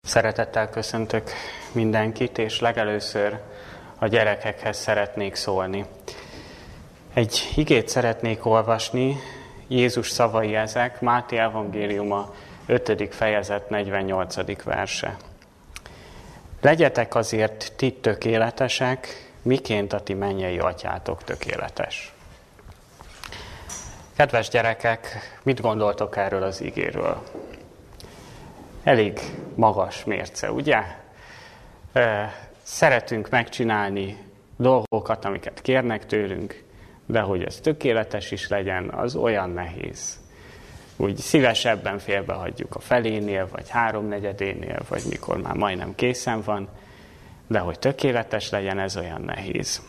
Szeretettel köszöntök mindenkit, és legelőször a gyerekekhez szeretnék szólni. Egy igét szeretnék olvasni, Jézus szavai ezek, Máté evangéliuma 5. fejezet 48. verse. Legyetek azért ti tökéletesek, miként a ti mennyei atyátok tökéletes. Kedves gyerekek, mit gondoltok erről az igéről? Elég magas mérce, ugye? Szeretünk megcsinálni dolgokat, amiket kérnek tőlünk, de hogy ez tökéletes is legyen, az olyan nehéz. Úgy szívesebben félbehagyjuk a felénél, vagy 3/4-nél, vagy mikor már majdnem készen van, de hogy tökéletes legyen, ez olyan nehéz.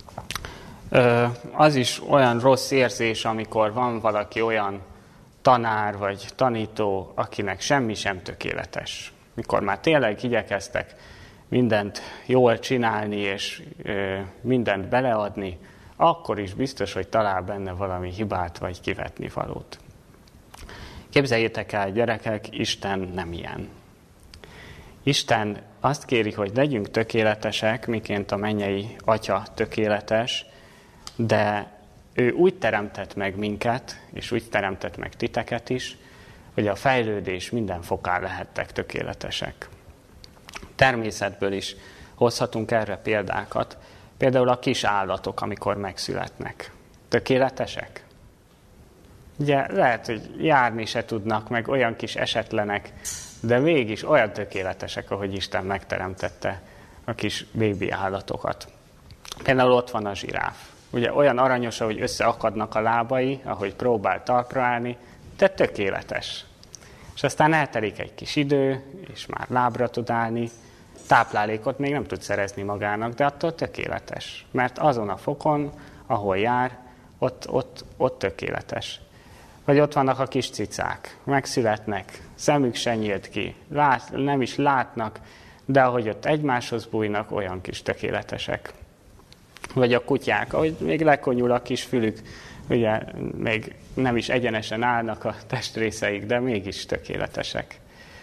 Az is olyan rossz érzés, amikor van valaki olyan tanár vagy tanító, akinek semmi sem tökéletes. Mikor már tényleg igyekeztek mindent jól csinálni és mindent beleadni, akkor is biztos, hogy talál benne valami hibát vagy kivetni valót. Képzeljétek el, gyerekek, Isten nem ilyen. Isten azt kéri, hogy legyünk tökéletesek, miként a mennyei Atya tökéletes, de ő úgy teremtett meg minket, és úgy teremtett meg titeket is, hogy a fejlődés minden fokán lehettek tökéletesek. Természetből is hozhatunk erre példákat. Például a kis állatok, amikor megszületnek. Tökéletesek? Ugye lehet, hogy járni se tudnak, meg olyan kis esetlenek, de mégis olyan tökéletesek, ahogy Isten megteremtette a kis bébi állatokat. Például ott van a zsiráf. Ugye olyan aranyos, ahogy összeakadnak a lábai, ahogy próbál talpra állni, de tökéletes. És aztán eltelik egy kis idő, és már lábra tud állni, táplálékot még nem tud szerezni magának, de attól tökéletes. Mert azon a fokon, ahol jár, ott tökéletes. Vagy ott vannak a kis cicák, megszületnek, szemük se nyílt ki, nem is látnak, de ahogy ott egymáshoz bújnak, olyan kis tökéletesek. Vagy a kutyák, ahogy még lekonyul a kis fülük, ugye még nem is egyenesen állnak a testrészeik, de mégis tökéletesek.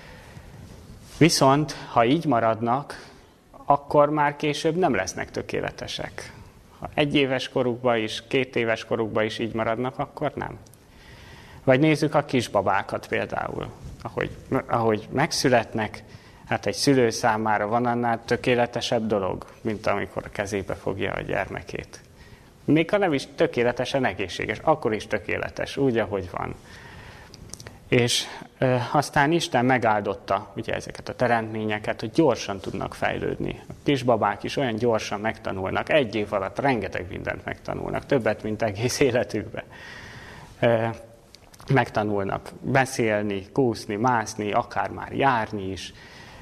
Viszont, ha így maradnak, akkor már később nem lesznek tökéletesek. Ha 1 éves korukban is, 2 éves korukban is így maradnak, akkor nem. Vagy nézzük a kisbabákat például. Ahogy megszületnek, hát egy szülő számára van annál tökéletesebb dolog, mint amikor a kezébe fogja a gyermekét. Még ha nem is tökéletesen egészséges, akkor is tökéletes, úgy, ahogy van. És aztán Isten megáldotta ugye ezeket a teremtményeket, hogy gyorsan tudnak fejlődni. A kisbabák is olyan gyorsan megtanulnak, 1 év alatt rengeteg mindent megtanulnak, többet, mint egész életükben. Megtanulnak beszélni, kúszni, mászni, akár már járni is,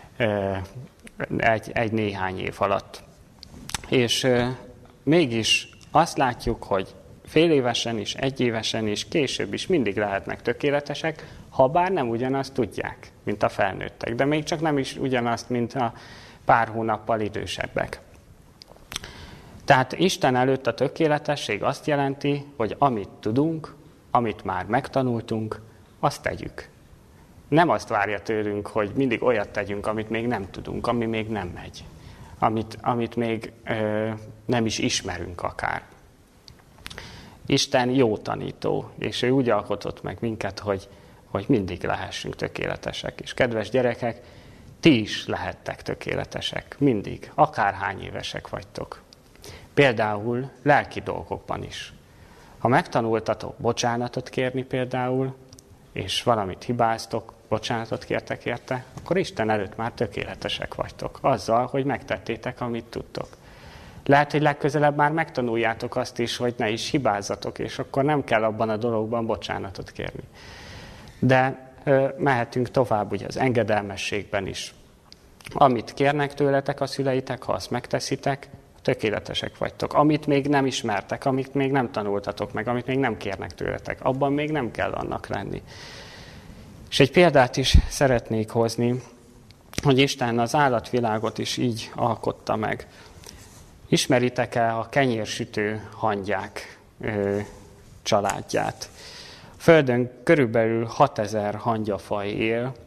egy néhány év alatt. És mégis azt látjuk, hogy fél évesen is, 1 évesen is, később is mindig lehetnek tökéletesek, ha bár nem ugyanazt tudják, mint a felnőttek, de még csak nem is ugyanazt, mint a pár hónappal idősebbek. Tehát Isten előtt a tökéletesség azt jelenti, hogy amit tudunk, amit már megtanultunk, azt tegyük. Nem azt várja tőlünk, hogy mindig olyat tegyünk, amit még nem tudunk, ami még nem megy, amit még nem is ismerünk akár. Isten jó tanító, és ő úgy alkotott meg minket, hogy mindig lehessünk tökéletesek. És kedves gyerekek, ti is lehettek tökéletesek, mindig, akárhány évesek vagytok. Például lelki dolgokban is. Ha megtanultatok bocsánatot kérni például, és valamit hibáztok, bocsánatot kértek érte, akkor Isten előtt már tökéletesek vagytok. Azzal, hogy megtettétek, amit tudtok. Lehet, hogy legközelebb már megtanuljátok azt is, hogy ne is hibázzatok, és akkor nem kell abban a dologban bocsánatot kérni. De mehetünk tovább ugye az engedelmességben is. Amit kérnek tőletek a szüleitek, ha azt megteszitek, tökéletesek vagytok. Amit még nem ismertek, amit még nem tanultatok meg, amit még nem kérnek tőletek, abban még nem kell annak lenni. És egy példát is szeretnék hozni, hogy Isten az állatvilágot is így alkotta meg. Ismeritek-e a kenyérsütő hangyák családját? Földön körülbelül 6000 hangyafaj él,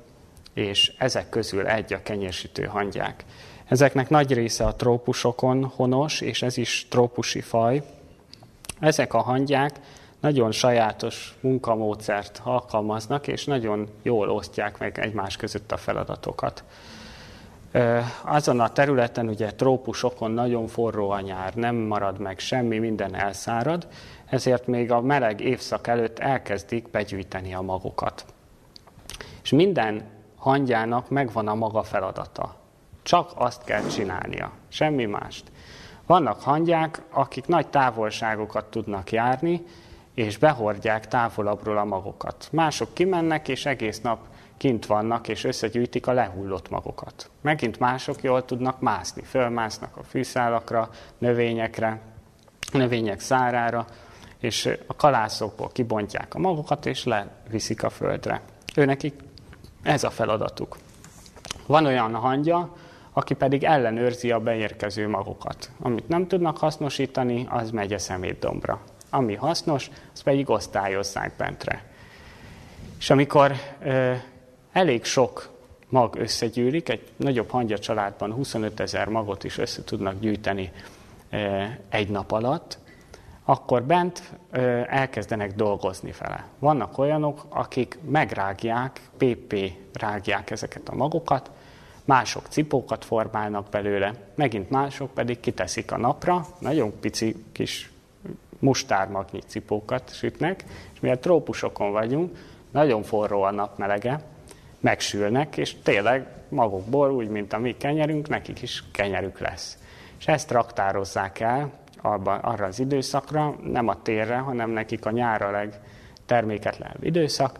és ezek közül egy a kenyérsütő hangyák. Ezeknek nagy része a trópusokon honos, és ez is trópusi faj. Ezek a hangyák nagyon sajátos munkamódszert alkalmaznak, és nagyon jól osztják meg egymás között a feladatokat. Azon a területen, ugye trópusokon nagyon forró a nyár, nem marad meg semmi, minden elszárad, ezért még a meleg évszak előtt elkezdik begyűjteni a magokat. És minden hangyának megvan a maga feladata. Csak azt kell csinálnia, semmi mást. Vannak hangyák, akik nagy távolságokat tudnak járni, és behordják távolabbról a magokat. Mások kimennek, és egész nap kint vannak, és összegyűjtik a lehullott magokat. Megint mások jól tudnak mászni, fölmásznak a fűszálakra, növényekre, növények szárára, és a kalászokból kibontják a magokat, és leviszik a földre. Őnekik ez a feladatuk. Van olyan hangya, aki pedig ellenőrzi a beérkező magokat. Amit nem tudnak hasznosítani, az megy a szemétdombra. Ami hasznos, az pedig osztályozzák bentre. És amikor elég sok mag összegyűlik, egy nagyobb hangya családban 25 000 magot is össze tudnak gyűjteni egy nap alatt, akkor bent elkezdenek dolgozni vele. Vannak olyanok, akik megrágják, rágják ezeket a magokat, mások cipókat formálnak belőle, megint mások pedig kiteszik a napra, nagyon pici kis mustármagnyi cipókat sütnek, és mivel trópusokon vagyunk, nagyon forró a nap melege, megsülnek, és tényleg magukból, úgy, mint a mi kenyerünk, nekik is kenyerük lesz. És ezt raktározzák el arra az időszakra, nem a térre, hanem nekik a nyár a legterméketlenebb időszak,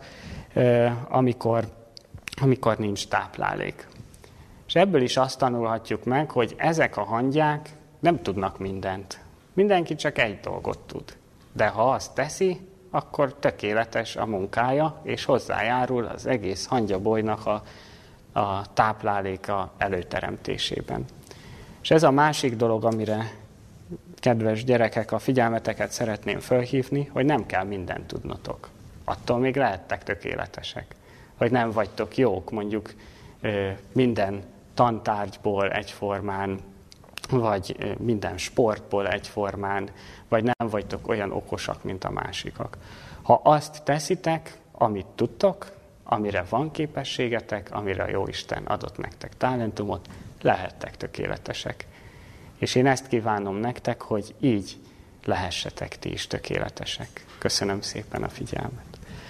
amikor nincs táplálék. És ebből is azt tanulhatjuk meg, hogy ezek a hangyák nem tudnak mindent. Mindenki csak egy dolgot tud. De ha azt teszi, akkor tökéletes a munkája, és hozzájárul az egész hangyabolynak a tápláléka előteremtésében. És ez a másik dolog, amire, kedves gyerekek, a figyelmeteket szeretném felhívni, hogy nem kell mindent tudnotok. Attól még lehettek tökéletesek. Hogy nem vagytok jók, mondjuk minden tantárgyból egyformán, vagy minden sportból egyformán, vagy nem vagytok olyan okosak, mint a másikak. Ha azt teszitek, amit tudtok, amire van képességetek, amire a Jóisten adott nektek talentumot, lehettek tökéletesek. És én ezt kívánom nektek, hogy így lehessetek ti is tökéletesek. Köszönöm szépen a figyelmet.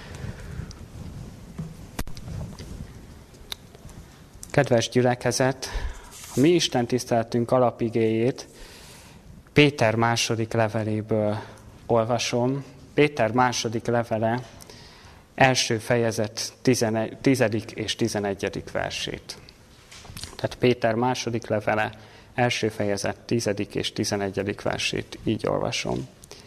Kedves gyülekezet, a mi Isten tiszteletünk alapigéjét Péter második leveléből olvasom. Péter második levele első fejezet 10. és 11. versét. Tehát Péter második levele első fejezet 10. és 11. versét így olvasom.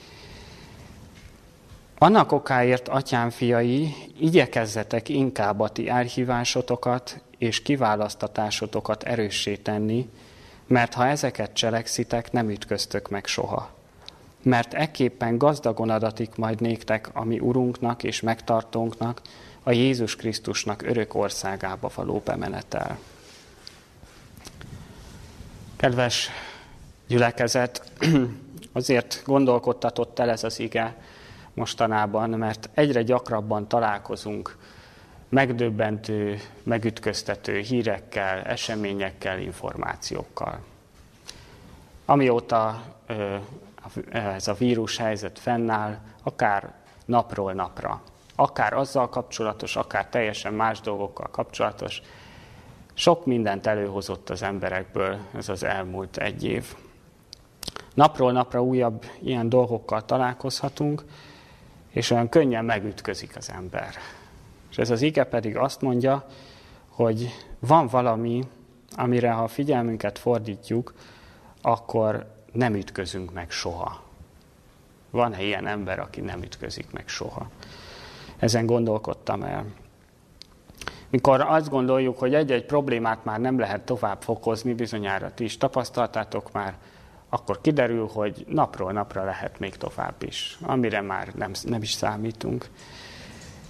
Annak okáért, atyám fiai, igyekezzetek inkább a ti elhívásotokat és kiválasztatásotokat erőssé tenni, mert ha ezeket cselekszitek, nem ütköztök meg soha. Mert ekképpen gazdagon adatik majd néktek a mi Urunknak és megtartónknak, a Jézus Krisztusnak örök országába való bemenetel. Kedves gyülekezet, azért gondolkodtatott el ez az ige mostanában, mert egyre gyakrabban találkozunk megdöbbentő, megütköztető hírekkel, eseményekkel, információkkal. Amióta ez a vírushelyzet fennáll, akár napról napra, akár azzal kapcsolatos, akár teljesen más dolgokkal kapcsolatos, sok mindent előhozott az emberekből ez az elmúlt egy év. Napról napra újabb ilyen dolgokkal találkozhatunk, és olyan könnyen megütközik az ember. És ez az ige pedig azt mondja, hogy van valami, amire ha a figyelmünket fordítjuk, akkor nem ütközünk meg soha. Van-e ilyen ember, aki nem ütközik meg soha? Ezen gondolkodtam el. Mikor azt gondoljuk, hogy egy-egy problémát már nem lehet tovább fokozni, bizonyára ti is tapasztaltátok már, akkor kiderül, hogy napról napra lehet még tovább is, amire már nem is számítunk.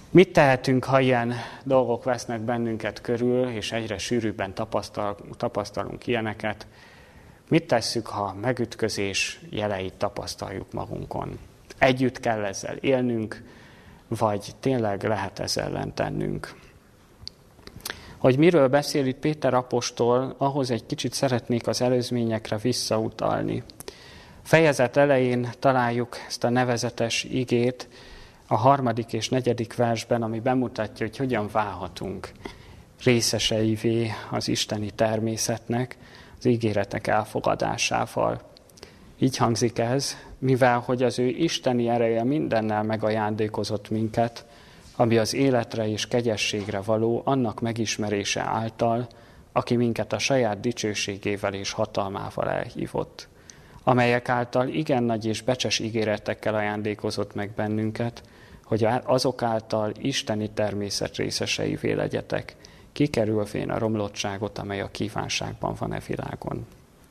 Mit tehetünk, ha ilyen dolgok vesznek bennünket körül, és egyre sűrűbben tapasztalunk ilyeneket? Mit tesszük, ha megütközés jeleit tapasztaljuk magunkon? Együtt kell ezzel élnünk, vagy tényleg lehet ezzel ellen tennünk? Hogy miről beszél itt Péter apostol, ahhoz egy kicsit szeretnék az előzményekre visszautalni. Fejezet elején találjuk ezt a nevezetes igét a 3. és 4. versben, ami bemutatja, hogy hogyan válhatunk részeseivé az isteni természetnek, az ígéretek elfogadásával. Így hangzik ez, mivel hogy az ő isteni ereje mindennel megajándékozott minket, ami az életre és kegyességre való, annak megismerése által, aki minket a saját dicsőségével és hatalmával elhívott, amelyek által igen nagy és becses ígéretekkel ajándékozott meg bennünket, hogy azok által isteni természet részeseivé legyetek, kikerülvén a romlottságot, amely a kívánságban van e világon.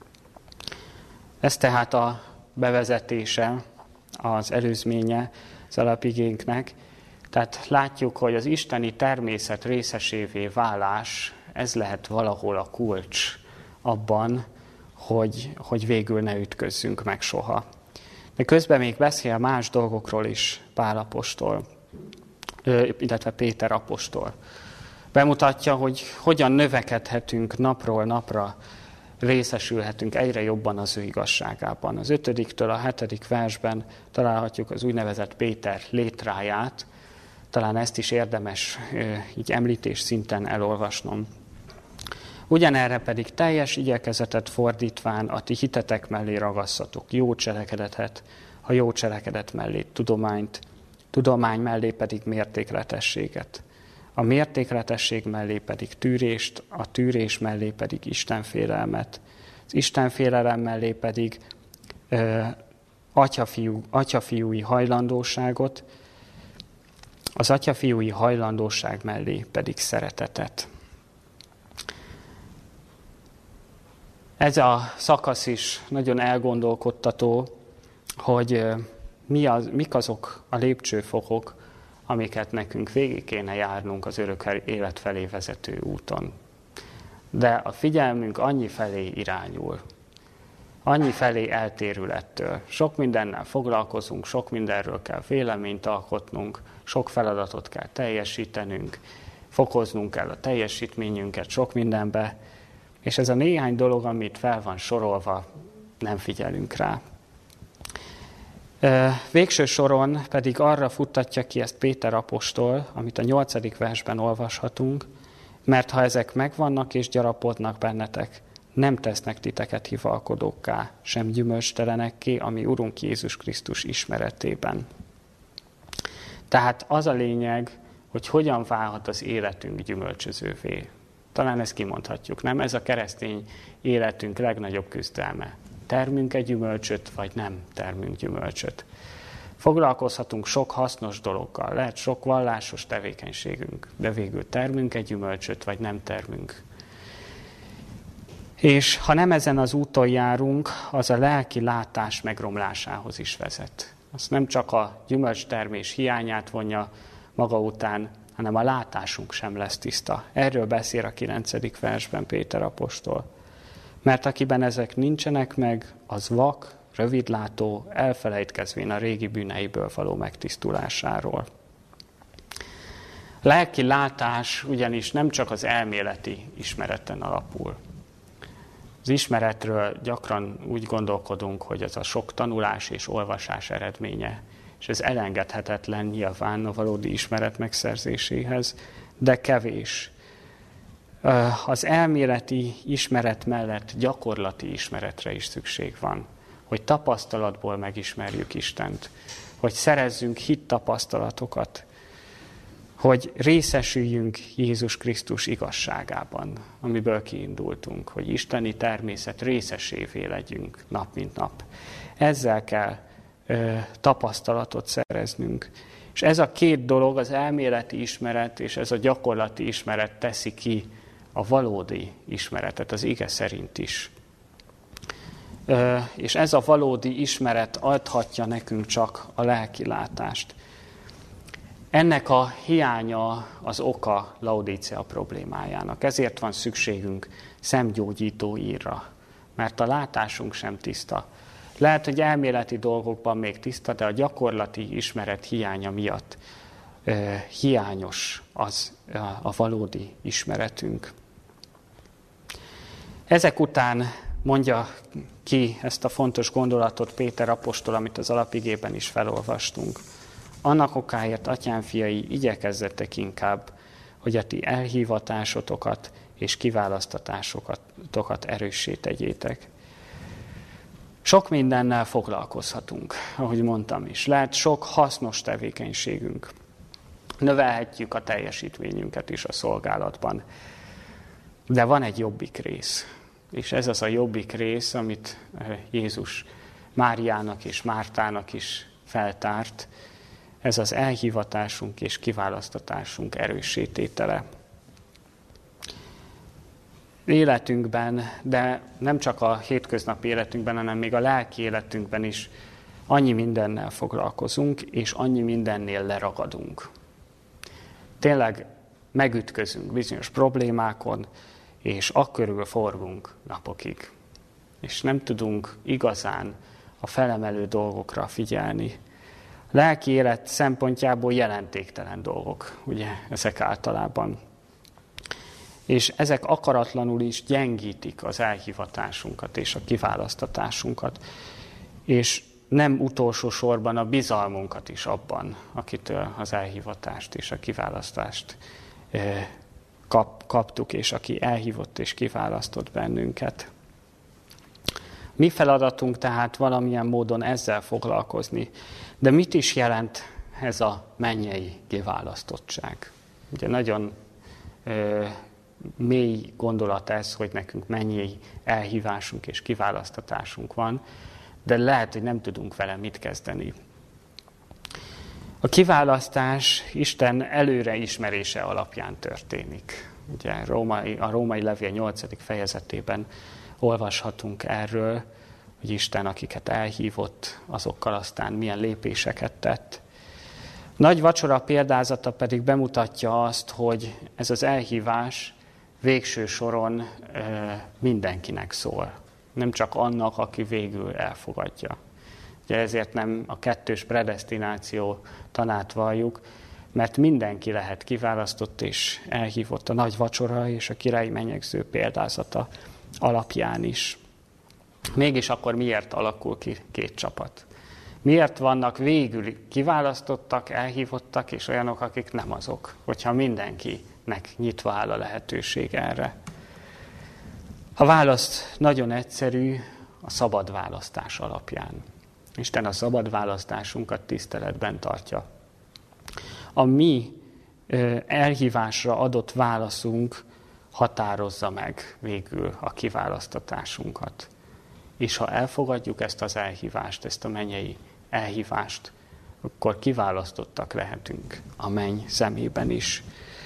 Ez tehát a bevezetése, az előzménye az alapigénknek. Tehát látjuk, hogy az isteni természet részesévé válás, ez lehet valahol a kulcs abban, hogy végül ne ütközzünk meg soha. De közben még beszél más dolgokról is Pál apostol, illetve Péter apostol. Bemutatja, hogy hogyan növekedhetünk napról napra, részesülhetünk egyre jobban az ő igazságában. Az 5-től a 7. versben találhatjuk az úgynevezett Péter létráját, talán ezt is érdemes így említés szinten elolvasnom. Ugyanerre pedig teljes igyekezetet fordítván a ti hitetek mellé ragasszatok jó cselekedetet, a jó cselekedet mellé tudományt, tudomány mellé pedig mértékletességet, a mértékletesség mellé pedig tűrést, a tűrés mellé pedig istenfélelmet, az istenfélelem mellé pedig atyafiúi hajlandóságot, az atyafiúi hajlandóság mellé pedig szeretetet. Ez a szakasz is nagyon elgondolkodtató, hogy mik azok a lépcsőfokok, amiket nekünk végig kéne járnunk az örök élet felé vezető úton. De a figyelmünk annyi felé irányul, annyi felé eltérül ettől. Sok mindennel foglalkozunk, sok mindenről kell véleményt alkotnunk, sok feladatot kell teljesítenünk, fokoznunk kell a teljesítményünket sok mindenbe, és ez a néhány dolog, amit fel van sorolva, nem figyelünk rá. Végső soron pedig arra futtatja ki ezt Péter apostol, amit a 8. versben olvashatunk, mert ha ezek megvannak és gyarapodnak bennetek, nem tesznek titeket hivalkodókká, sem gyümölcstelenekké, ami Urunk Jézus Krisztus ismeretében. Tehát az a lényeg, hogy hogyan válhat az életünk gyümölcsözővé. Talán ezt kimondhatjuk, nem? Ez a keresztény életünk legnagyobb küzdelme. Termünk egy gyümölcsöt, vagy nem termünk gyümölcsöt. Foglalkozhatunk sok hasznos dologgal, lehet sok vallásos tevékenységünk, de végül termünk egy gyümölcsöt, vagy nem termünk. És ha nem ezen az úton járunk, az a lelki látás megromlásához is vezet. Az nem csak a gyümölcstermés hiányát vonja maga után, hanem a látásunk sem lesz tiszta. Erről beszél a 9. versben Péter apostol. Mert akiben ezek nincsenek meg, az vak, rövidlátó, elfelejtkezvén a régi bűneiből való megtisztulásáról. Lelki látás ugyanis nem csak az elméleti ismereten alapul. Az ismeretről gyakran úgy gondolkodunk, hogy ez a sok tanulás és olvasás eredménye, és ez elengedhetetlen nyilván a valódi ismeret megszerzéséhez, de kevés. Az elméleti ismeret mellett gyakorlati ismeretre is szükség van, hogy tapasztalatból megismerjük Istent, hogy szerezzünk hittapasztalatokat, hogy részesüljünk Jézus Krisztus igazságában, amiből kiindultunk, hogy isteni természet részesévé legyünk nap mint nap. Ezzel kell tapasztalatot szereznünk. És ez a két dolog, az elméleti ismeret és ez a gyakorlati ismeret teszi ki a valódi ismeretet, az ige szerint is. És ez a valódi ismeret adhatja nekünk csak a lelki látást. Ennek a hiánya az oka Laodicea problémájának. Ezért van szükségünk szemgyógyító írra, mert a látásunk sem tiszta. Lehet, hogy elméleti dolgokban még tiszta, de a gyakorlati ismeret hiánya miatt hiányos az a valódi ismeretünk. Ezek után mondja ki ezt a fontos gondolatot Péter apostol, amit az alapigében is felolvastunk. Annak okáért, atyám fiai, igyekezzetek inkább, hogy a ti elhívatásotokat és kiválasztatásotokat erőssé tegyétek. Sok mindennel foglalkozhatunk, ahogy mondtam is. Lehet sok hasznos tevékenységünk. Növelhetjük a teljesítményünket is a szolgálatban. De van egy jobbik rész. És ez az a jobbik rész, amit Jézus Máriának és Mártának is feltárt. Ez az elhívatásunk és kiválasztatásunk erősítétele. Életünkben, de nem csak a hétköznapi életünkben, hanem még a lelki életünkben is annyi mindennel foglalkozunk, és annyi mindennél leragadunk. Tényleg megütközünk bizonyos problémákon, és akkörül forgunk napokig. És nem tudunk igazán a felemelő dolgokra figyelni. Lelki élet szempontjából jelentéktelen dolgok, ugye, ezek általában. És ezek akaratlanul is gyengítik az elhivatásunkat és a kiválasztatásunkat. És nem utolsó sorban a bizalmunkat is abban, akitől az elhivatást és a kiválasztást kaptuk, és aki elhívott és kiválasztott bennünket. Mi feladatunk tehát valamilyen módon ezzel foglalkozni. De mit is jelent ez a mennyei kiválasztottság? Ugye nagyon mély gondolat ez, hogy nekünk mennyei elhívásunk és kiválasztatásunk van, de lehet, hogy nem tudunk vele mit kezdeni. A kiválasztás Isten előreismerése alapján történik. Ugye a római levél 8. fejezetében olvashatunk erről, hogy Isten, akiket elhívott, azokkal aztán milyen lépéseket tett. Nagy vacsora példázata pedig bemutatja azt, hogy ez az elhívás végső soron mindenkinek szól. Nem csak annak, aki végül elfogadja. Ugye ezért nem a kettős predesztináció tanát valljuk, mert mindenki lehet kiválasztott és elhívott a nagy vacsora és a királyi menyegző példázata alapján is. Mégis akkor miért alakul ki két csapat? Miért vannak végül kiválasztottak, elhívottak, és olyanok, akik nem azok, hogyha mindenkinek nyitva áll a lehetőség erre? A válasz nagyon egyszerű, a szabad választás alapján. Isten a szabad választásunkat tiszteletben tartja. A mi elhívásra adott válaszunk határozza meg végül a kiválasztatásunkat. És ha elfogadjuk ezt az elhívást, ezt a mennyei elhívást, akkor kiválasztottak lehetünk a menny szemében is.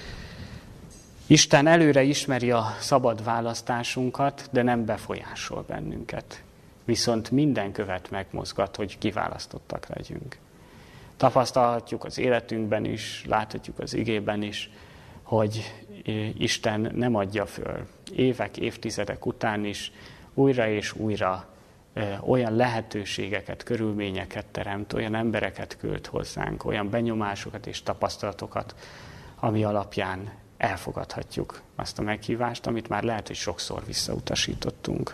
Isten előre ismeri a szabad választásunkat, de nem befolyásol bennünket. Viszont minden követ megmozgat, hogy kiválasztottak legyünk. Tapasztalhatjuk az életünkben is, láthatjuk az igében is, hogy Isten nem adja föl. Évek, évtizedek után is újra és újra olyan lehetőségeket, körülményeket teremt, olyan embereket küld hozzánk, olyan benyomásokat és tapasztalatokat, ami alapján elfogadhatjuk azt a meghívást, amit már lehet, hogy sokszor visszautasítottunk.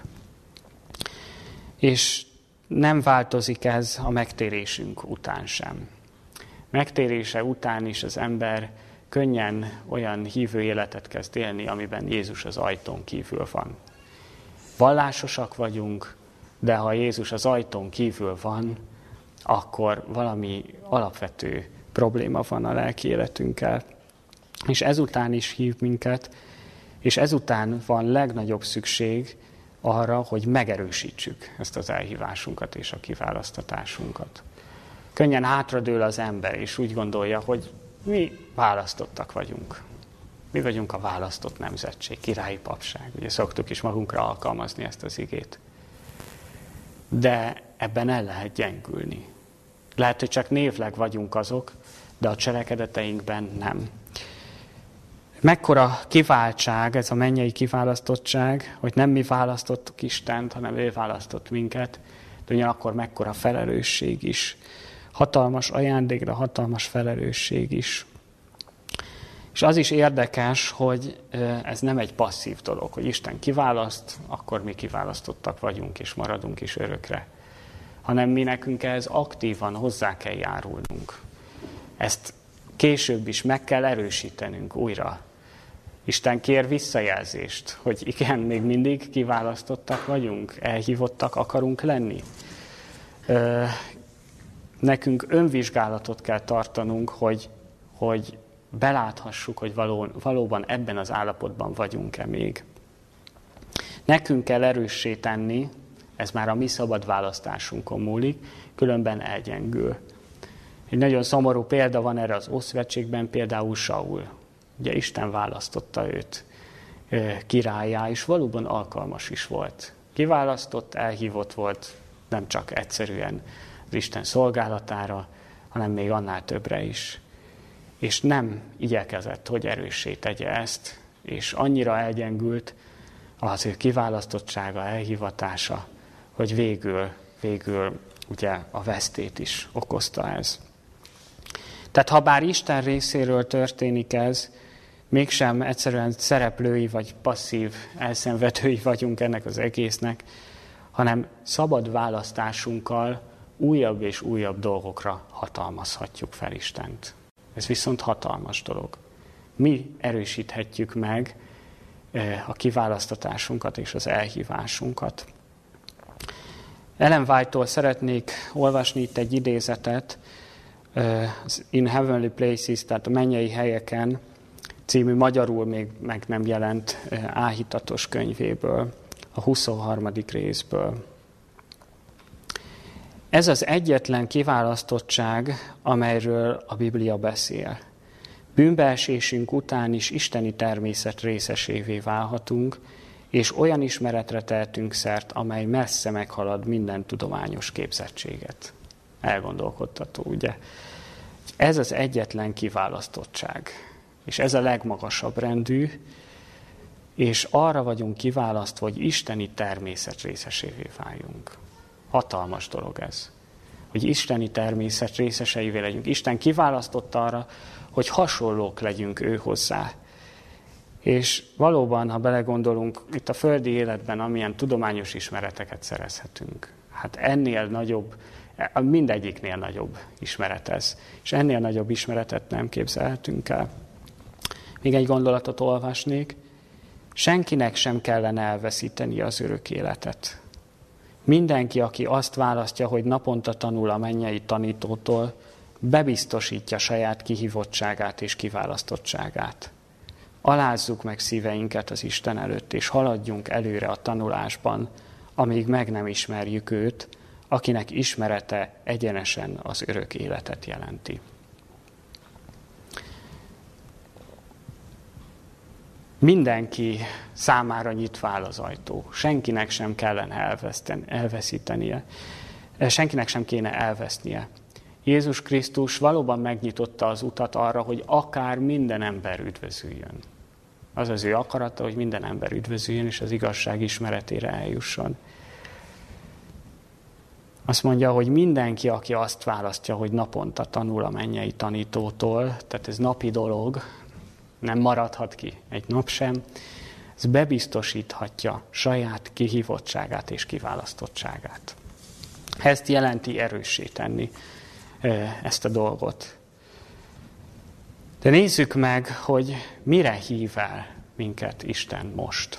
És nem változik ez a megtérésünk után sem. Megtérése után is az ember könnyen olyan hívő életet kezd élni, amiben Jézus az ajtón kívül van. Vallásosak vagyunk, de ha Jézus az ajtón kívül van, akkor valami alapvető probléma van a lelki életünkkel. És ezután is hív minket, és ezután van legnagyobb szükség arra, hogy megerősítsük ezt az elhívásunkat és a kiválasztatásunkat. Könnyen hátradől az ember, és úgy gondolja, hogy mi választottak vagyunk. Mi vagyunk a választott nemzetség, királyi papság. Ugye szoktuk is magunkra alkalmazni ezt az igét. De ebben el lehet gyengülni. Lehet, hogy csak névleg vagyunk azok, de a cselekedeteinkben nem. Mekkora kiváltság ez a mennyei kiválasztottság, hogy nem mi választottuk Istent, hanem ő választott minket, de ugyanakkor mekkora felelősség is. Hatalmas ajándék, de hatalmas felelősség is. És az is érdekes, hogy ez nem egy passzív dolog, hogy Isten kiválaszt, akkor mi kiválasztottak vagyunk és maradunk is örökre. Hanem mi nekünk ehhez aktívan hozzá kell járulnunk. Ezt később is meg kell erősítenünk újra. Isten kér visszajelzést, hogy igen, még mindig kiválasztottak vagyunk, elhívottak akarunk lenni. Nekünk önvizsgálatot kell tartanunk, hogy beláthassuk, hogy valóban ebben az állapotban vagyunk-e még. Nekünk kell erőssé tenni, ez már a mi szabad választásunkon múlik, különben elgyengül. Egy nagyon szomorú példa van erre az Ószövetségben, például Saul. Ugye Isten választotta őt királlyá, és valóban alkalmas is volt. Kiválasztott, elhívott volt, nem csak egyszerűen az Isten szolgálatára, hanem még annál többre is. És nem igyekezett, hogy erőssé tegye ezt, és annyira elgyengült az ő kiválasztottsága, elhivatása, hogy végül ugye a vesztét is okozta ez. Tehát ha bár Isten részéről történik ez, mégsem egyszerűen szereplői vagy passzív elszenvedői vagyunk ennek az egésznek, hanem szabad választásunkkal újabb és újabb dolgokra hatalmazhatjuk fel Istent. Ez viszont hatalmas dolog. Mi erősíthetjük meg a kiválasztatásunkat és az elhívásunkat. Ellen White-tól szeretnék olvasni itt egy idézetet, In Heavenly Places, tehát a mennyei helyeken című magyarul még meg nem jelent áhítatos könyvéből, a 23. részből. Ez az egyetlen kiválasztottság, amelyről a Biblia beszél. Bűnbeesésünk után is isteni természet részesévé válhatunk, és olyan ismeretre tehetünk szert, amely messze meghalad minden tudományos képzettséget. Elgondolkodtató, ugye? Ez az egyetlen kiválasztottság, és ez a legmagasabb rendű, és arra vagyunk kiválasztva, hogy isteni természet részesévé váljunk. Hatalmas dolog ez, hogy isteni természet részeseivé legyünk. Isten kiválasztott arra, hogy hasonlók legyünk ő hozzá. És valóban, ha belegondolunk, itt a földi életben amilyen tudományos ismereteket szerezhetünk, hát ennél nagyobb, mindegyiknél nagyobb ismeret ez. És ennél nagyobb ismeretet nem képzelhetünk el. Még egy gondolatot olvasnék. Senkinek sem kellene elveszíteni az örök életet. Mindenki, aki azt választja, hogy naponta tanul a mennyei tanítótól, bebiztosítja saját kihívottságát és kiválasztottságát. Alázzuk meg szíveinket az Isten előtt, és haladjunk előre a tanulásban, amíg meg nem ismerjük őt, akinek ismerete egyenesen az örök életet jelenti. Mindenki számára nyitva áll az ajtó. Senkinek sem kellene elveszítenie. Senkinek sem kéne elvesznie. Jézus Krisztus valóban megnyitotta az utat arra, hogy akár minden ember üdvözüljön. Az az ő akarata, hogy minden ember üdvözüljön, és az igazság ismeretére eljusson. Azt mondja, hogy mindenki, aki azt választja, hogy naponta tanul a mennyei tanítótól, tehát ez napi dolog, nem maradhat ki egy nap sem, ez bebiztosíthatja saját kihívottságát és kiválasztottságát. Ezt jelenti erőssé tenni ezt a dolgot. De nézzük meg, hogy mire hív el minket Isten most.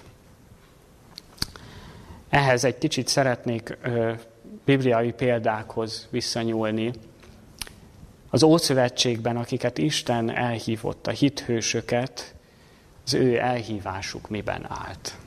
Ehhez egy kicsit szeretnék bibliai példákhoz visszanyúlni. Az Ószövetségben, akiket Isten elhívott, a hithősöket, az ő elhívásuk miben állt.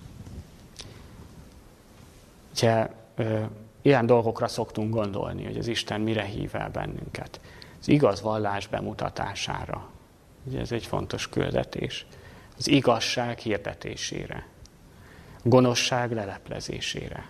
Ugye, ilyen dolgokra szoktunk gondolni, hogy az Isten mire hív el bennünket. Az igaz vallás bemutatására. Ugye ez egy fontos küldetés. Az igazság hirdetésére. A gonoszság leleplezésére.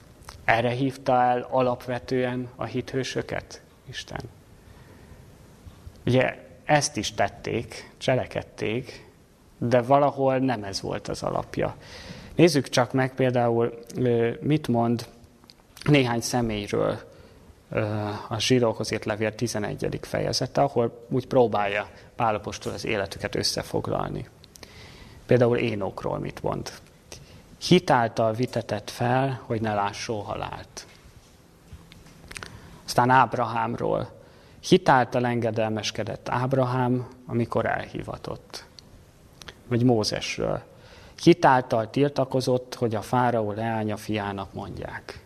Erre hívta el alapvetően a hithősöket Isten. Ugye ezt is tették, cselekedték, de valahol nem ez volt az alapja. Nézzük csak meg például, mit mond néhány személyről a Zsidókhoz írt levél 11. fejezete, ahol úgy próbálja Pál apostol az életüket összefoglalni. Például Énokról mit mond? Hitáltal vitetett fel, hogy ne lásson halált. Aztán Ábrahámról. Hitáltal engedelmeskedett Ábrahám, amikor elhivatott. Vagy Mózesről. Hitáltal tiltakozott, hogy a fáraó leánya fiának mondják.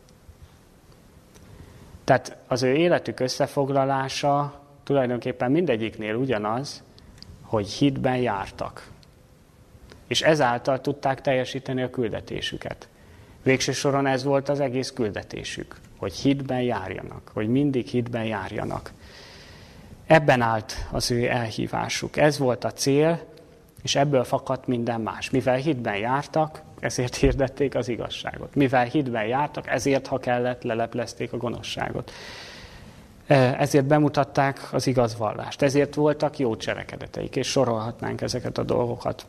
Tehát az ő életük összefoglalása tulajdonképpen mindegyiknél ugyanaz, hogy hitben jártak. És ezáltal tudták teljesíteni a küldetésüket. Végső soron ez volt az egész küldetésük, hogy hitben járjanak, hogy mindig hitben járjanak. Ebben állt az ő elhívásuk. Ez volt a cél, és ebből fakadt minden más. Mivel hitben jártak, ezért hirdették az igazságot. Mivel hitben jártak, ezért, ha kellett, leleplezték a gonoszságot. Ezért bemutatták az igaz vallást. Ezért voltak jó cselekedeteik, és sorolhatnánk ezeket a dolgokat.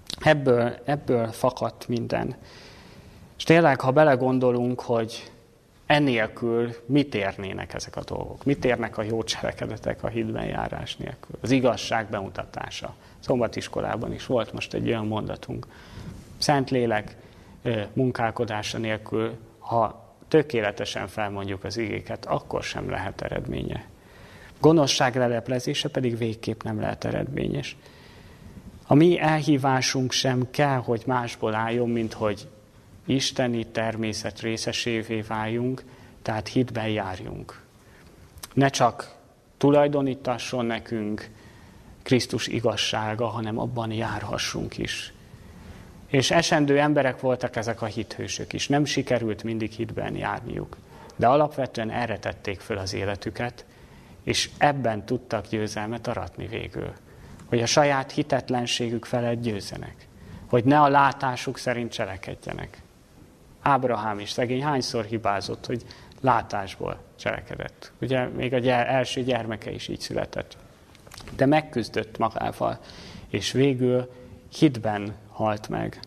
Ebből fakadt minden. És tényleg, ha belegondolunk, hogy enélkül mit érnének ezek a dolgok? Mit érnek a jó cselekedetek a hitben járás nélkül? Az igazság bemutatása. Szombatiskolában is volt most egy olyan mondatunk. Szentlélek munkálkodása nélkül, ha tökéletesen felmondjuk az igéket, akkor sem lehet eredménye. Gonoszság leleplezése pedig végképp nem lehet eredményes. A mi elhívásunk sem kell, hogy másból álljon, mint hogy isteni természet részesévé váljunk, tehát hitben járjunk. Ne csak tulajdonítasson nekünk Krisztus igazsága, hanem abban járhassunk is. És esendő emberek voltak ezek a hithősök is. Nem sikerült mindig hitben járniuk. De alapvetően erre tették föl az életüket, és ebben tudtak győzelmet aratni végül. Hogy a saját hitetlenségük felett győzzenek. Hogy ne a látásuk szerint cselekedjenek. Ábrahám is szegény hányszor hibázott, hogy látásból cselekedett. Ugye még az első gyermeke is így született. De megküzdött magával, és végül hitben halt meg.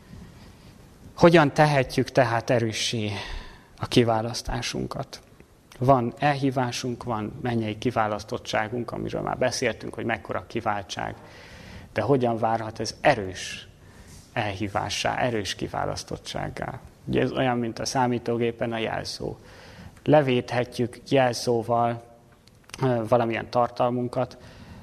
Hogyan tehetjük tehát erőssé a kiválasztásunkat? Van elhívásunk, van mennyei kiválasztottságunk, amiről már beszéltünk, hogy mekkora kiváltság, de hogyan várhat ez erős elhívássá, erős kiválasztottsággá? Ugye ez olyan, mint a számítógépen a jelszó. Levédhetjük jelszóval valamilyen tartalmunkat,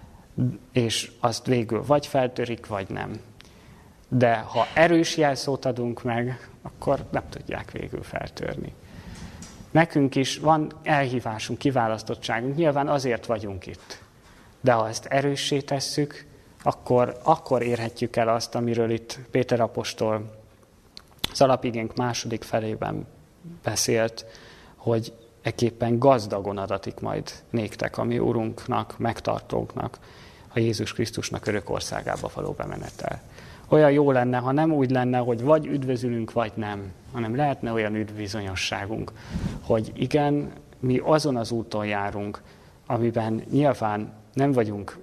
és azt végül vagy feltörik, vagy nem. De ha erős jelszót adunk meg, akkor nem tudják végül feltörni. Nekünk is van elhívásunk, kiválasztottságunk, nyilván azért vagyunk itt. De ha ezt erőssé tesszük, akkor érhetjük el azt, amiről itt Péter apostol az alapigénk második felében beszélt, hogy ekképpen gazdagon adatik majd néktek, a mi Urunknak, megtartóknak, a Jézus Krisztusnak örök országába való bemenetel. Olyan jó lenne, ha nem úgy lenne, hogy vagy üdvözülünk, vagy nem, hanem lehetne olyan üdvbizonyosságunk, hogy igen, mi azon az úton járunk, amiben nyilván nem vagyunk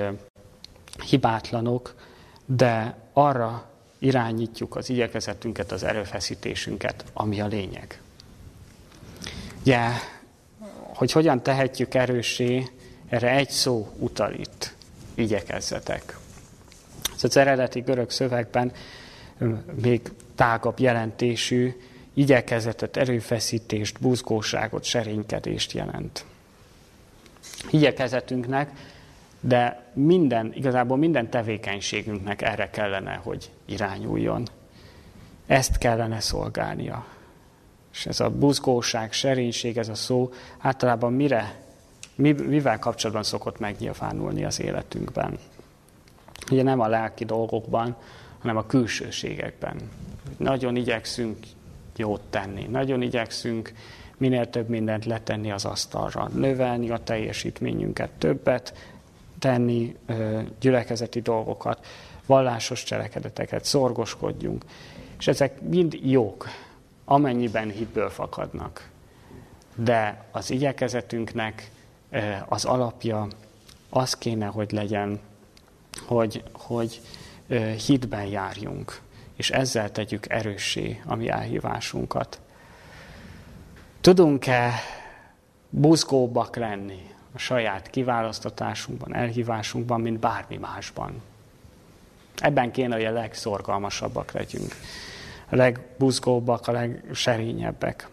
hibátlanok, de arra irányítjuk az igyekezetünket, az erőfeszítésünket, ami a lényeg. Ugye, hogy hogyan tehetjük erőssé, erre egy szó utal itt, igyekezzetek. Ez az eredeti görög szövegben még tágabb jelentésű, igyekezetet, erőfeszítést, buzgóságot, serénykedést jelent. Igyekezetünknek, de igazából minden tevékenységünknek erre kellene, hogy irányuljon. Ezt kellene szolgálnia. És ez a buzgóság, serénység, ez a szó általában mivel kapcsolatban szokott megnyilvánulni az életünkben? Ugye nem a lelki dolgokban, hanem a külsőségekben. Nagyon igyekszünk jót tenni, nagyon igyekszünk minél több mindent letenni az asztalra, növelni a teljesítményünket, többet tenni, gyülekezeti dolgokat, vallásos cselekedeteket, szorgoskodjunk. És ezek mind jók, amennyiben hitből fakadnak. De az igyekezetünknek az alapja az kéne, hogy legyen, hogy hitben járjunk, és ezzel tegyük erőssé a mi elhívásunkat. Tudunk-e buzgóbbak lenni a saját kiválasztatásunkban, elhívásunkban, mint bármi másban? Ebben kéne, hogy a legszorgalmasabbak legyünk, a legbuzgóbbak, a legserényebbek.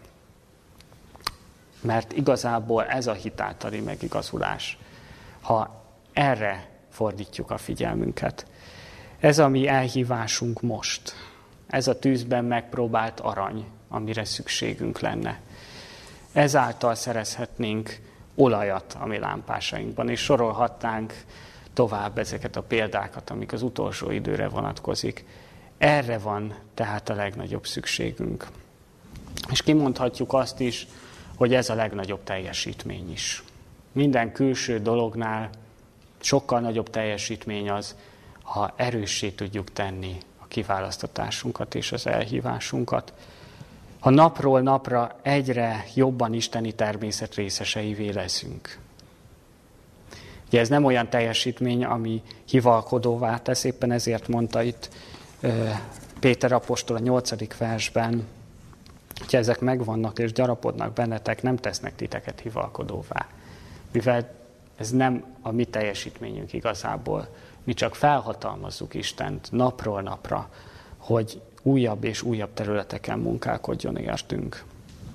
Mert igazából ez a hit általi megigazulás, ha erre fordítjuk a figyelmünket. Ez a mi elhívásunk most. Ez a tűzben megpróbált arany, amire szükségünk lenne. Ezáltal szerezhetnénk olajat a mi lámpásainkban, és sorolhatnánk tovább ezeket a példákat, amik az utolsó időre vonatkozik. Erre van tehát a legnagyobb szükségünk. És kimondhatjuk azt is, hogy ez a legnagyobb teljesítmény is. Minden külső dolognál sokkal nagyobb teljesítmény az, ha erőssé tudjuk tenni a kiválasztatásunkat és az elhívásunkat. Ha napról napra egyre jobban isteni természet részeseivé leszünk. Ugye ez nem olyan teljesítmény, ami hivalkodóvá tesz, éppen ezért mondta itt Péter apostol a 8. versben, hogyha ezek megvannak és gyarapodnak bennetek, nem tesznek titeket hivalkodóvá. Mivel ez nem a mi teljesítményünk igazából. Mi csak felhatalmazzuk Istent napról napra, hogy újabb és újabb területeken munkálkodjon értünk.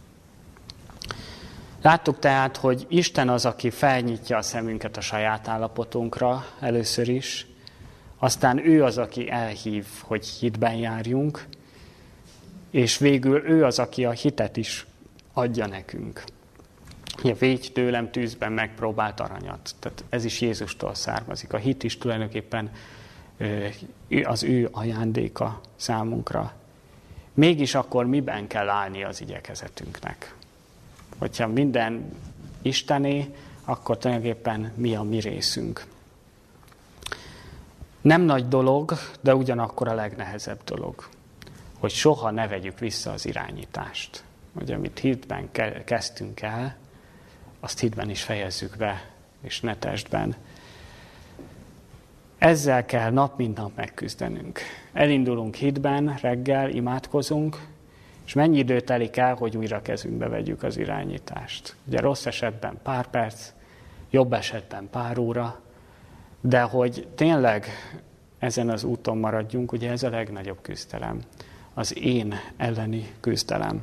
Láttuk tehát, hogy Isten az, aki felnyitja a szemünket a saját állapotunkra először is, aztán ő az, aki elhív, hogy hitben járjunk, és végül ő az, aki a hitet is adja nekünk. Védj tőlem tűzben megpróbált aranyat. Tehát ez is Jézustól származik. A hit is tulajdonképpen az ő ajándéka számunkra. Mégis akkor miben kell állni az igyekezetünknek? Hogyha minden Istené, akkor tulajdonképpen mi a mi részünk. Nem nagy dolog, de ugyanakkor a legnehezebb dolog, hogy soha ne vegyük vissza az irányítást. Hogy amit hitben kezdtünk el, azt hitben is fejezzük be, és ne testben. Ezzel kell nap mint nap megküzdenünk. Elindulunk hitben, reggel imádkozunk, és mennyi idő telik el, hogy újra kezünkbe vegyük az irányítást. Ugye rossz esetben pár perc, jobb esetben pár óra, de hogy tényleg ezen az úton maradjunk, ugye ez a legnagyobb küzdelem, az én elleni küzdelem.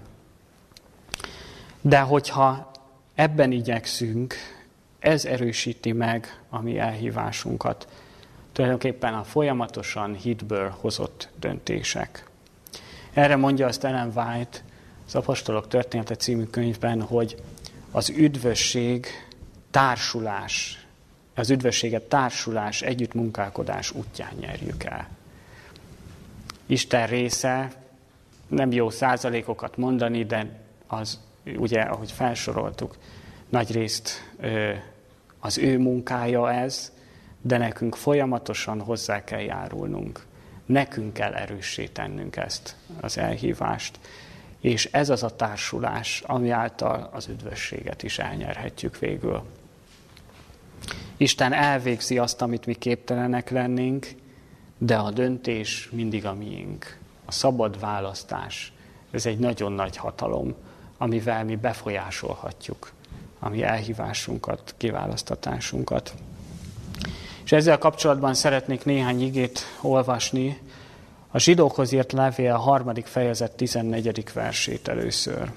De hogyha ebben igyekszünk, ez erősíti meg a mi elhívásunkat, tulajdonképpen a folyamatosan hitből hozott döntések. Erre mondja azt Ellen White az Apostolok története című könyvben, hogy az üdvösség társulás, az üdvösséget társulás, együttmunkálkodás útján nyerjük el. Isten része, nem jó százalékokat mondani, de az, ugye, ahogy felsoroltuk, nagyrészt az ő munkája ez, de nekünk folyamatosan hozzá kell járulnunk. Nekünk kell erőssé tennünk ezt az elhívást. És ez az a társulás, ami által az üdvösséget is elnyerhetjük végül. Isten elvégzi azt, amit mi képtelenek lennénk, de a döntés mindig a miénk. A szabad választás, ez egy nagyon nagy hatalom, amivel mi befolyásolhatjuk a mi elhívásunkat, kiválasztatásunkat. És ezzel kapcsolatban szeretnék néhány igét olvasni. A Zsidókhoz írt levél 3. fejezet 14. versét először.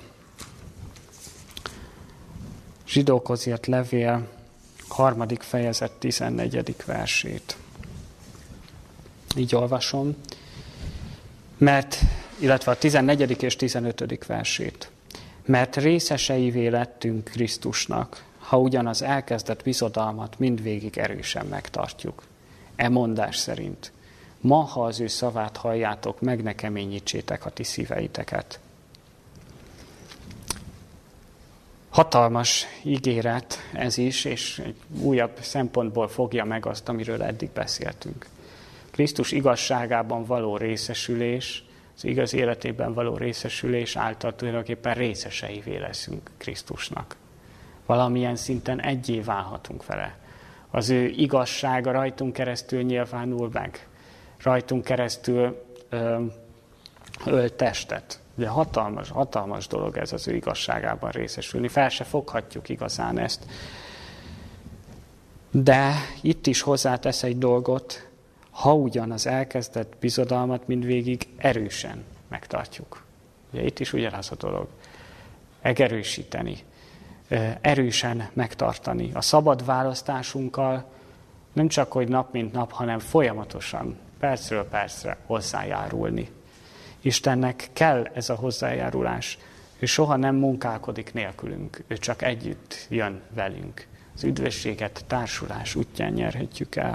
Zsidókhoz írt levél 3. fejezet 14. versét. Így olvasom, illetve a 14. és 15. versét. Mert részeseivé lettünk Krisztusnak, ha ugyan az elkezdett bizodalmat mindvégig erősen megtartjuk. E mondás szerint, ma, ha az ő szavát halljátok, meg ne keményítsétek a ti szíveiteket. Hatalmas ígéret ez is, és egy újabb szempontból fogja meg azt, amiről eddig beszéltünk. Krisztus igazságában való részesülés, az igaz életében való részesülés által tulajdonképpen részeseivé leszünk Krisztusnak. Valamilyen szinten egyé válhatunk vele. Az ő igazsága rajtunk keresztül nyilvánul meg. Rajtunk keresztül ölt testet. Ugye hatalmas dolog ez az ő igazságában részesülni. Fel se foghatjuk igazán ezt. De itt is hozzátesz egy dolgot, ha ugyan az elkezdett bizodalmat mindvégig erősen megtartjuk. Ugye itt is ugyanaz a dolog. Megerősíteni, erősen megtartani. A szabad választásunkkal nem csak, hogy nap mint nap, hanem folyamatosan, percről percre hozzájárulni. Istennek kell ez a hozzájárulás. Ő soha nem munkálkodik nélkülünk, ő csak együtt jön velünk. Az üdvösséget társulás útján nyerhetjük el.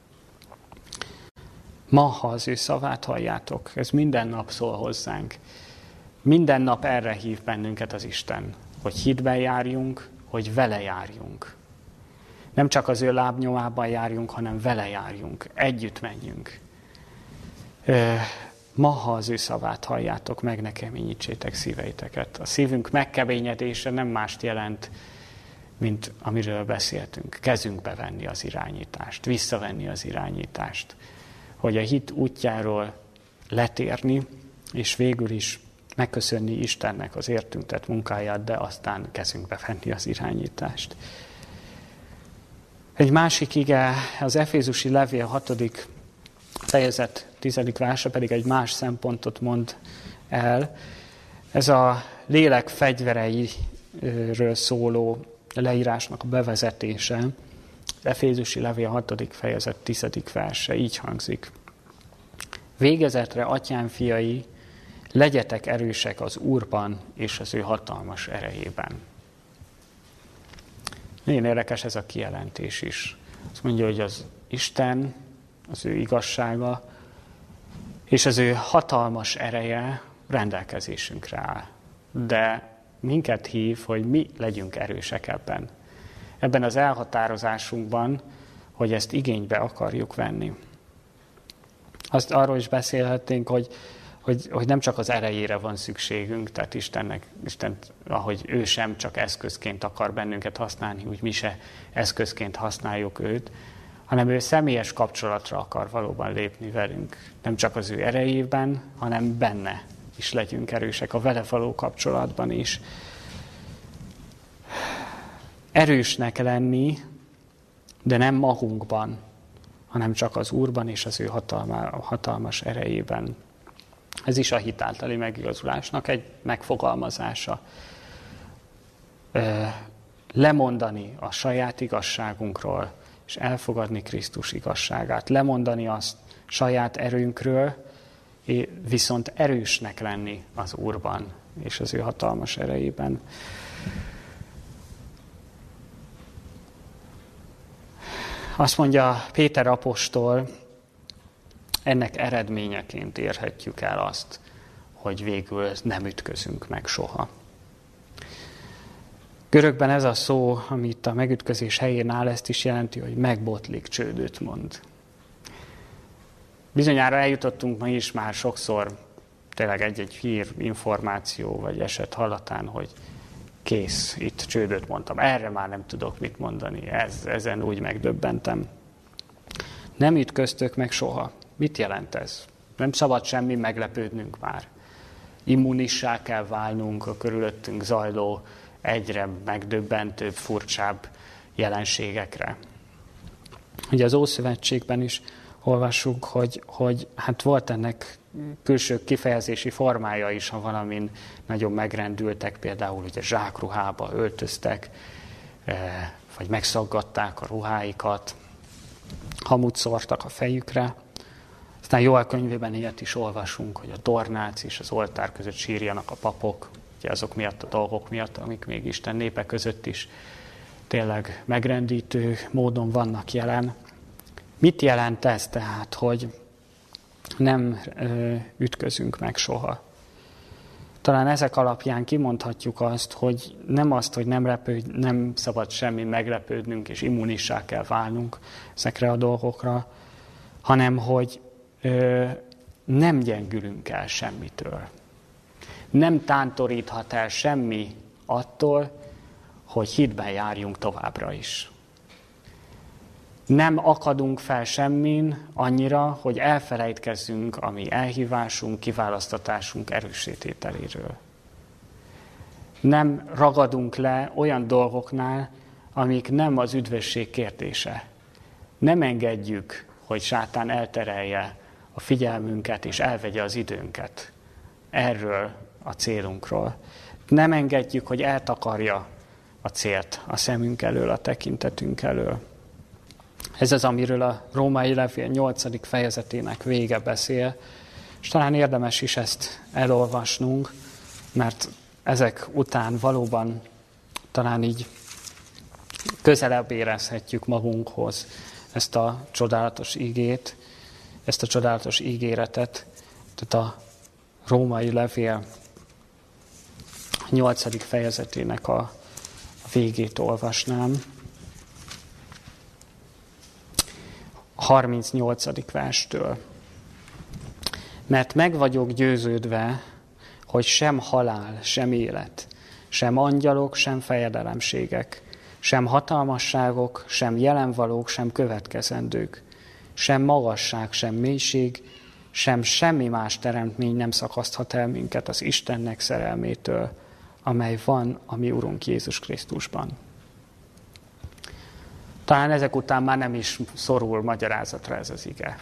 Ma, ha az ő szavát halljátok, ez minden nap szól hozzánk. Minden nap erre hív bennünket az Isten, hogy hitben járjunk, hogy vele járjunk. Nem csak az ő lábnyomában járjunk, hanem vele járjunk, együtt menjünk. Ma, ha az ő szavát halljátok, meg ne keményítsétek szíveiteket. A szívünk megkeményedése nem mást jelent, mint amiről beszéltünk. Kezünkbe venni az irányítást, visszavenni az irányítást. Hogy a hit útjáról letérni, és végül is megköszönni Istennek az értünk tett munkáját, de aztán kezünkbe venni az irányítást. Egy másik ige, az Efézusi levél 6. fejezet 10. verse pedig egy más szempontot mond el. Ez a lélek fegyvereiről szóló leírásnak a bevezetése. Az Efézusi levél 6. fejezet 10. verse így hangzik. Végezetre, atyám fiai, legyetek erősek az Úrban és az ő hatalmas erejében. Nagyon érdekes ez a kijelentés is. Azt mondja, hogy az Isten, az ő igazsága és az ő hatalmas ereje rendelkezésünkre áll. De minket hív, hogy mi legyünk erősek ebben. Ebben az elhatározásunkban, hogy ezt igénybe akarjuk venni. Azt arról is beszélhetnénk, hogy nem csak az erejére van szükségünk, tehát Isten, ahogy ő sem csak eszközként akar bennünket használni, úgy mi se eszközként használjuk őt, hanem ő személyes kapcsolatra akar valóban lépni velünk. Nem csak az ő erejében, hanem benne is legyünk erősek, a vele való kapcsolatban is. Erősnek lenni, de nem magunkban, hanem csak az Úrban és az ő hatalmas erejében. Ez is a hit általi megigazulásnak egy megfogalmazása. Lemondani a saját igazságunkról, és elfogadni Krisztus igazságát. Lemondani azt saját erőnkről, viszont erősnek lenni az Úrban és az ő hatalmas erejében. Azt mondja Péter apostol, ennek eredményeként érhetjük el azt, hogy végül nem ütközünk meg soha. Görögben ez a szó, ami itt a megütközés helyén áll, ezt is jelenti, hogy megbotlik, csődöt mond. Bizonyára eljutottunk ma is már sokszor, tényleg egy-egy hír, információ vagy eset hallatán, hogy kész, itt csődöt mondtam. Erre már nem tudok mit mondani, ezen úgy megdöbbentem. Nem ütköztök meg soha. Mit jelent ez? Nem szabad semmi meglepődnünk már. Immunissá kell válnunk a körülöttünk zajló, egyre megdöbbentőbb, furcsább jelenségekre. Ugye az Ószövetségben is olvassuk, hogy hát volt ennek külső kifejezési formája is, ha valamin nagyon megrendültek, például ugye zsákruhába öltöztek, vagy megszaggatták a ruháikat, hamut szórtak a fejükre. Aztán Joel könyvében ilyet is olvasunk, hogy a tornác és az oltár között sírjanak a papok, ugye azok miatt a dolgok miatt, amik még Isten népe között is tényleg megrendítő módon vannak jelen. Mit jelent ez tehát, hogy nem ütközünk meg soha? Talán ezek alapján kimondhatjuk azt, hogy nem azt, hogy nem szabad semmi meglepődnünk, és immunissá kell válnunk ezekre a dolgokra, hanem hogy nem gyengülünk el semmitől. Nem tántoríthat el semmi attól, hogy hitben járjunk továbbra is. Nem akadunk fel semmin annyira, hogy elfelejtkezzünk a mi elhívásunk, kiválasztatásunk erősítételéről. Nem ragadunk le olyan dolgoknál, amik nem az üdvösség kérdése. Nem engedjük, hogy sátán elterelje a figyelmünket és elvegye az időnket erről a célunkról. Nem engedjük, hogy eltakarja a célt a szemünk elől, a tekintetünk elől. Ez az, amiről a Római Levél 8. fejezetének vége beszél, és talán érdemes is ezt elolvasnunk, mert ezek után valóban talán így közelebb érezhetjük magunkhoz ezt a csodálatos igét, ezt a csodálatos ígéretet, tehát a Római Levél 8. fejezetének a végét olvasnám. 38. verstől. Mert meg vagyok győződve, hogy sem halál, sem élet, sem angyalok, sem fejedelemségek, sem hatalmasságok, sem jelenvalók, sem következendők, sem magasság, sem mélység, sem semmi más teremtmény nem szakaszthat el minket az Istennek szerelmétől, amely van a mi Urunk Jézus Krisztusban. Talán ezek után már nem is szorul magyarázatra ez az ige.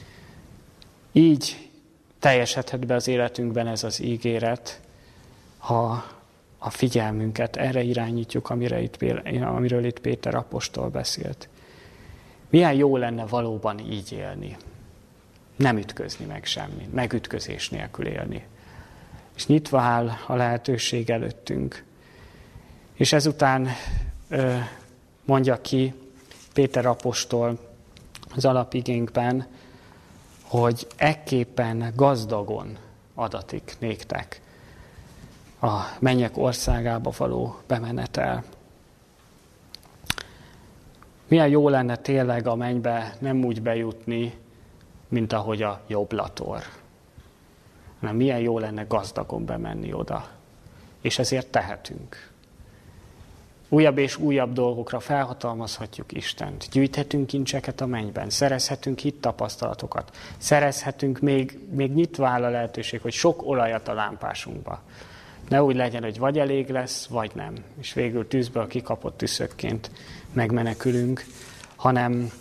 Így teljesedhet be az életünkben ez az ígéret, ha a figyelmünket erre irányítjuk, amiről itt Péter apostol beszélt. Milyen jó lenne valóban így élni. Nem ütközni meg semmi, megütközés nélkül élni. És nyitva áll a lehetőség előttünk. És ezután mondja ki Péter apostol az alapigénkben, hogy ekképpen gazdagon adatik néktek a mennyek országába való bemenetel. Milyen jó lenne tényleg a mennybe nem úgy bejutni, mint ahogy a jobblator, hanem milyen jó lenne gazdagon bemenni oda. És ezért tehetünk. Újabb és újabb dolgokra felhatalmazhatjuk Istent. Gyűjthetünk kincseket a mennyben, szerezhetünk hittapasztalatokat, szerezhetünk még nyitva áll a lehetőség, hogy sok olajat a lámpásunkba. Ne úgy legyen, hogy vagy elég lesz, vagy nem. És végül tűzből kikapott tüszökként megmenekülünk, hanem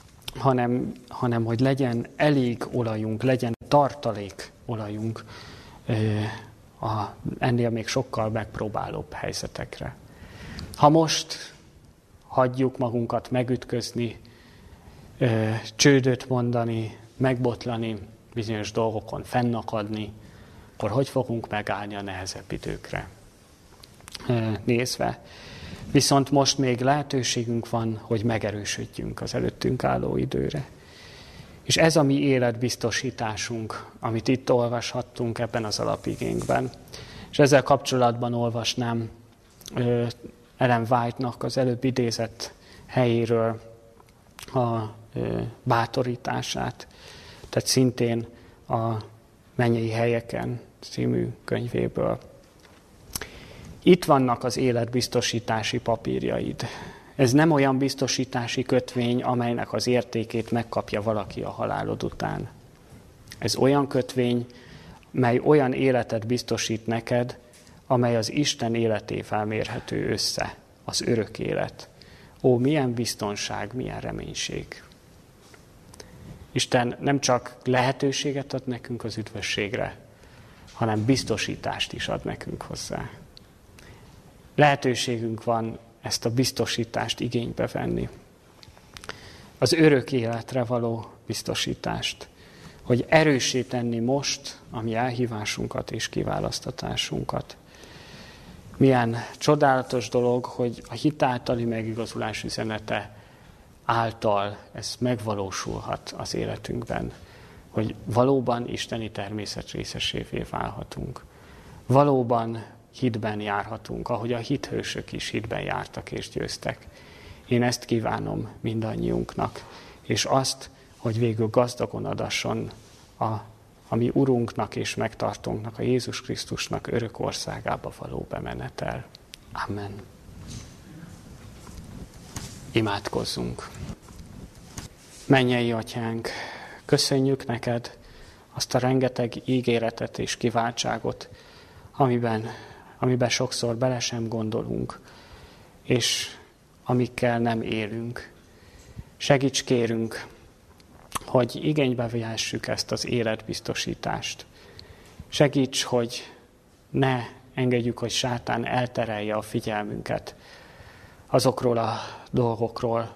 hogy legyen elég olajunk, legyen tartalék olajunk ennél még sokkal megpróbálóbb helyzetekre. Ha most hagyjuk magunkat megütközni, csődöt mondani, megbotlani, bizonyos dolgokon fennakadni, akkor hogy fogunk megállni a nehezebb időkre nézve. Viszont most még lehetőségünk van, hogy megerősödjünk az előttünk álló időre. És ez a mi életbiztosításunk, amit itt olvashattunk ebben az alapigénkben. És ezzel kapcsolatban olvasnám Ellen White-nak az előbb idézett helyéről a bátorítását, tehát szintén a Mennyei helyeken című könyvéből. Itt vannak az életbiztosítási papírjaid. Ez nem olyan biztosítási kötvény, amelynek az értékét megkapja valaki a halálod után. Ez olyan kötvény, mely olyan életet biztosít neked, amely az Isten életével mérhető össze, az örök élet. Ó, milyen biztonság, milyen reménység! Isten nem csak lehetőséget ad nekünk az üdvösségre, hanem biztosítást is ad nekünk hozzá. Lehetőségünk van ezt a biztosítást igénybe venni. Az örök életre való biztosítást, hogy erőssé tenni most a mi elhívásunkat és kiválasztatásunkat. Milyen csodálatos dolog, hogy a hit általi megigazulás üzenete által ez megvalósulhat az életünkben, hogy valóban isteni természet részesévé válhatunk. Valóban hitben járhatunk, ahogy a hithősök is hitben jártak és győztek. Én ezt kívánom mindannyiunknak, és azt, hogy végül gazdagon adasson a mi Urunknak és megtartónknak, a Jézus Krisztusnak örök országába való bemenetel. Amen. Imádkozzunk. Mennyei Atyánk, köszönjük neked azt a rengeteg ígéretet és kiváltságot, amiben sokszor bele sem gondolunk, és amikkel nem élünk. Segíts kérünk, hogy igénybe vehessük ezt az életbiztosítást. Segíts, hogy ne engedjük, hogy sátán elterelje a figyelmünket azokról a dolgokról,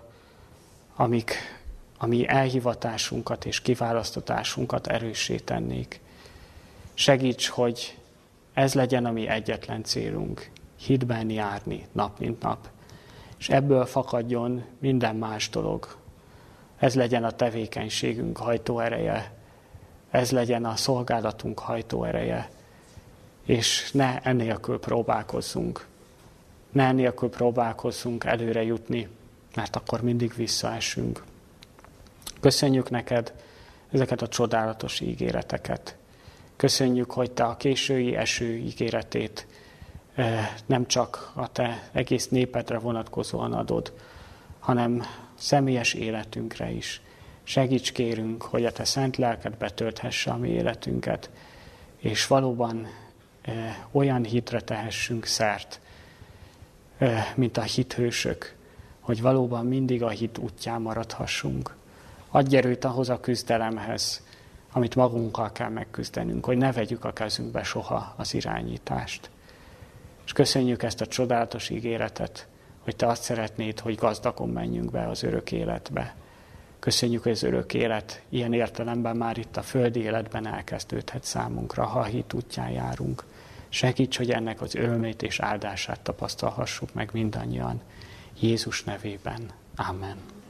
ami elhivatásunkat és kiválasztatásunkat erőssé tennék. Segíts, hogy ez legyen a mi egyetlen célunk, hitben járni nap mint nap, és ebből fakadjon minden más dolog. Ez legyen a tevékenységünk hajtóereje, ez legyen a szolgálatunk hajtóereje, és ne ennélkül próbálkozzunk. Ne ennélkül próbálkozzunk előre jutni, mert akkor mindig visszaesünk. Köszönjük neked ezeket a csodálatos ígéreteket. Köszönjük, hogy te a késői eső ígéretét nem csak a te egész népedre vonatkozóan adod, hanem személyes életünkre is. Segíts kérünk, hogy a te szent lelked betölthesse a mi életünket, és valóban olyan hitre tehessünk szert, mint a hithősök, hogy valóban mindig a hit útján maradhassunk. Adj erőt ahhoz a küzdelemhez, amit magunkkal kell megküzdenünk, hogy ne vegyük a kezünkbe soha az irányítást. És köszönjük ezt a csodálatos ígéretet, hogy te azt szeretnéd, hogy gazdagon menjünk be az örök életbe. Köszönjük, hogy az örök élet ilyen értelemben már itt a földi életben elkezdődhet számunkra, ha a hit útján járunk. Segíts, hogy ennek az örömét és áldását tapasztalhassuk meg mindannyian. Jézus nevében. Amen.